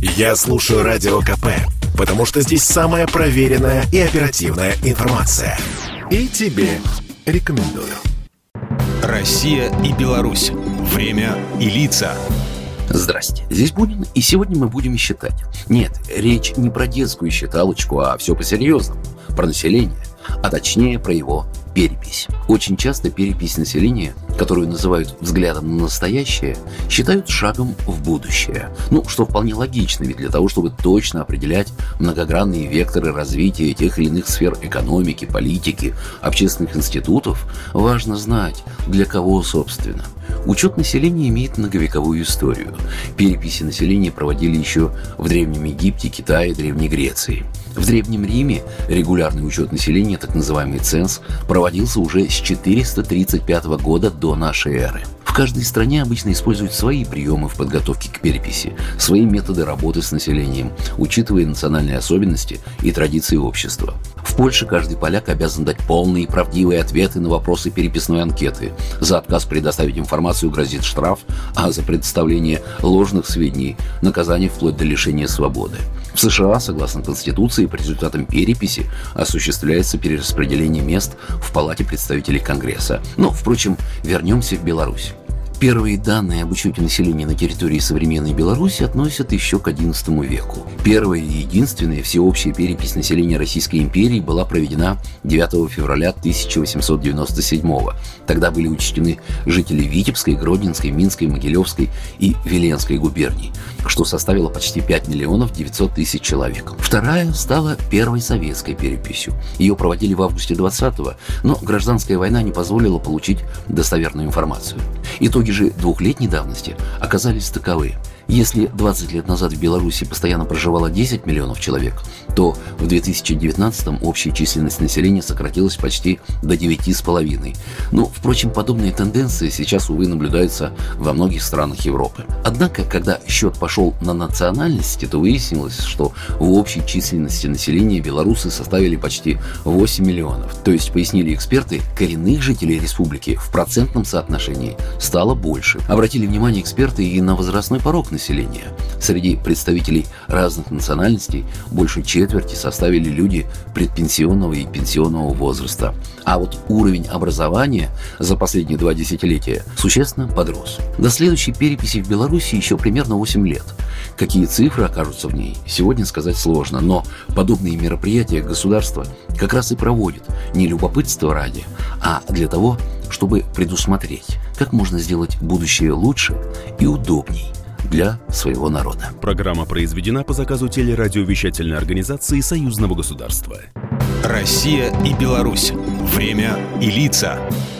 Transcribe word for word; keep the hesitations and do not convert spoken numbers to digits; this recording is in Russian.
Я слушаю Радио КП, потому что здесь самая проверенная и оперативная информация. И тебе рекомендую. Россия и Беларусь. Время и лица. Здрасте, здесь Бунин, и сегодня мы будем считать. Нет, речь не про детскую считалочку, а все по-серьезному. Про население, а точнее про его перепись. Очень часто перепись населения, которую называют взглядом на настоящее, считают шагом в будущее. Ну, что вполне логично, ведь для того, чтобы точно определять многогранные векторы развития тех или иных сфер экономики, политики, общественных институтов, важно знать, для кого, собственно. Учет населения имеет многовековую историю. Переписи населения проводили еще в Древнем Египте, Китае, Древней Греции. В Древнем Риме регулярный учет населения, так называемый ценз, проводился уже с четыреста тридцать пятого года до нашей эры. В каждой стране обычно используют свои приемы в подготовке к переписи, свои методы работы с населением, учитывая национальные особенности и традиции общества. В Польше каждый поляк обязан дать полные и правдивые ответы на вопросы переписной анкеты. За отказ предоставить информацию грозит штраф, а за предоставление ложных сведений – наказание вплоть до лишения свободы. В США, согласно Конституции, по результатам переписи осуществляется перераспределение мест в Палате представителей Конгресса. Но, впрочем, вернемся в Беларусь. Первые данные об учете населения на территории современной Беларуси относят еще к одиннадцатому веку. Первая и единственная всеобщая перепись населения Российской империи была проведена девятого февраля тысяча восемьсот девяносто седьмого. Тогда были учтены жители Витебской, Гродненской, Минской, Могилевской и Виленской губерний, что составило почти пять миллионов девятьсот тысяч человек. Вторая стала первой советской переписью. Ее проводили в августе двадцатого, но гражданская война не позволила получить достоверную информацию. Итоги же двухлетней давности оказались таковы. Если двадцать лет назад в Беларуси постоянно проживало десять миллионов человек, то в две тысячи девятнадцатом общая численность населения сократилась почти до девяти с половиной. Ну, впрочем, подобные тенденции сейчас, увы, наблюдаются во многих странах Европы. Однако, когда счет пошел на национальности, то выяснилось, что в общей численности населения белорусы составили почти восемь миллионов. То есть, пояснили эксперты, коренных жителей республики в процентном соотношении стало больше. Обратили внимание эксперты и на возрастной порог населения. Среди представителей разных национальностей больше четверти составили люди предпенсионного и пенсионного возраста. А вот уровень образования за последние два десятилетия существенно подрос. До следующей переписи в Беларуси еще примерно восемь лет. Какие цифры окажутся в ней, сегодня сказать сложно, но подобные мероприятия государство как раз и проводит не любопытство ради, а для того, чтобы предусмотреть, как можно сделать будущее лучше и удобней для своего народа. Программа произведена по заказу телерадиовещательной организации Союзного государства. Россия и Беларусь. Время и лица.